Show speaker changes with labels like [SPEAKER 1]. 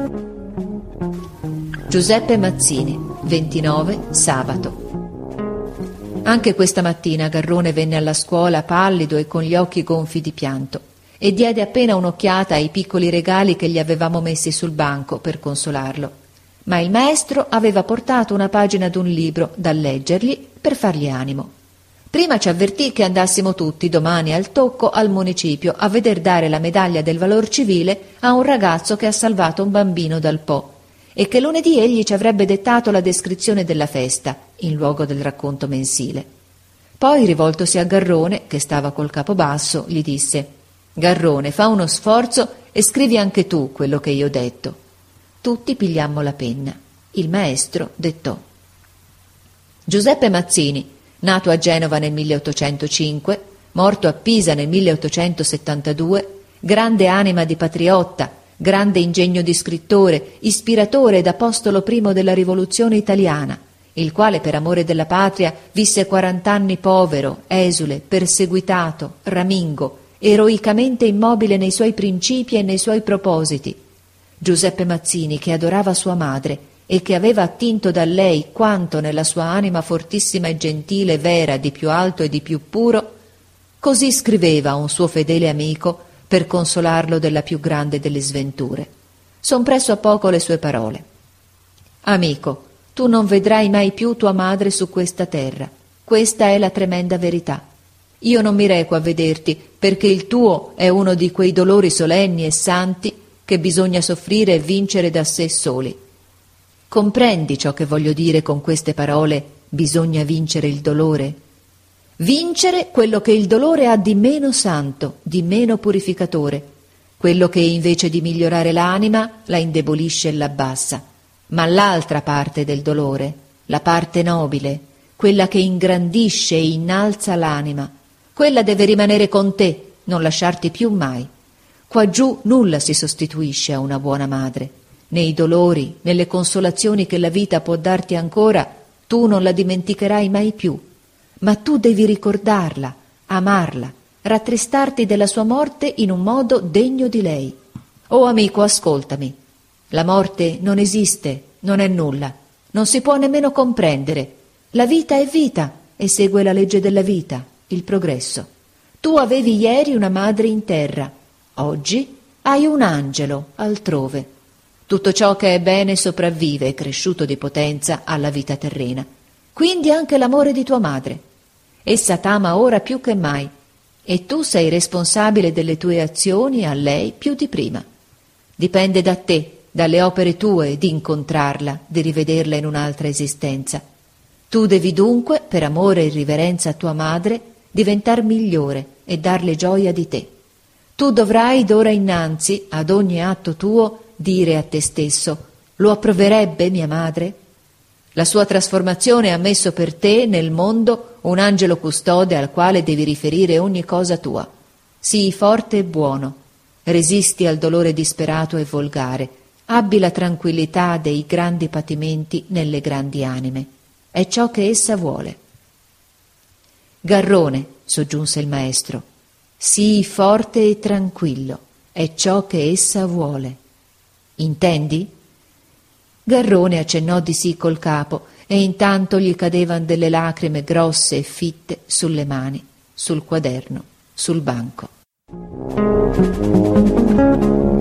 [SPEAKER 1] Giuseppe Mazzini, 29, sabato. Anche questa mattina Garrone venne alla scuola pallido e con gli occhi gonfi di pianto e diede appena un'occhiata ai piccoli regali che gli avevamo messi sul banco per consolarlo. Ma il maestro aveva portato una pagina d'un libro da leggergli per fargli animo. Prima ci avvertì che andassimo tutti domani al tocco al municipio a veder dare la medaglia del valor civile a un ragazzo che ha salvato un bambino dal Po e che lunedì egli ci avrebbe dettato la descrizione della festa in luogo del racconto mensile. Poi, rivoltosi a Garrone, che stava col capo basso, gli disse: «Garrone, fa uno sforzo e scrivi anche tu quello che io ho detto». Tutti pigliammo la penna. Il maestro dettò: Giuseppe Mazzini, nato a Genova nel 1805, morto a Pisa nel 1872, grande anima di patriotta, grande ingegno di scrittore, ispiratore ed apostolo primo della rivoluzione italiana, il quale per amore della patria visse 40 anni povero, esule, perseguitato, ramingo, eroicamente immobile nei suoi principi e nei suoi propositi. Giuseppe Mazzini, che adorava sua madre e che aveva attinto da lei quanto nella sua anima fortissima e gentile vera di più alto e di più puro, così scriveva a un suo fedele amico per consolarlo della più grande delle sventure. Son presso a poco le sue parole: «Amico, tu non vedrai mai più tua madre su questa terra. Questa è la tremenda verità. Io non mi reco a vederti, perché il tuo è uno di quei dolori solenni e santi che bisogna soffrire e vincere da sé soli. Comprendi ciò che voglio dire con queste parole? Bisogna vincere il dolore? Vincere quello che il dolore ha di meno santo, di meno purificatore, quello che invece di migliorare l'anima la indebolisce e l'abbassa. Ma l'altra parte del dolore, la parte nobile, quella che ingrandisce e innalza l'anima, quella deve rimanere con te, non lasciarti più mai. Qua giù nulla si sostituisce a una buona madre. Nei dolori, nelle consolazioni che la vita può darti ancora, tu non la dimenticherai mai più. Ma tu devi ricordarla, amarla, rattristarti della sua morte in un modo degno di lei. Oh amico, ascoltami. La morte non esiste, non è nulla, non si può nemmeno comprendere. La vita è vita e segue la legge della vita, il progresso. Tu avevi ieri una madre in terra, oggi hai un angelo altrove. Tutto ciò che è bene sopravvive, è cresciuto di potenza alla vita terrena. Quindi anche l'amore di tua madre. Essa t'ama ora più che mai e tu sei responsabile delle tue azioni a lei più di prima. Dipende da te, dalle opere tue, di incontrarla, di rivederla in un'altra esistenza. Tu devi dunque, per amore e riverenza a tua madre, diventar migliore e darle gioia di te. Tu dovrai d'ora innanzi, ad ogni atto tuo, dire a te stesso: lo approverebbe mia madre? La sua trasformazione ha messo per te nel mondo un angelo custode al quale devi riferire ogni cosa tua. Sii forte e buono, resisti al dolore disperato e volgare, abbi la tranquillità dei grandi patimenti nelle grandi anime. È ciò che essa vuole. Garrone, soggiunse il maestro, sii forte e tranquillo, è ciò che essa vuole. Intendi? Garrone accennò di sì col capo e intanto gli cadevan delle lacrime grosse e fitte sulle mani, sul quaderno, sul banco.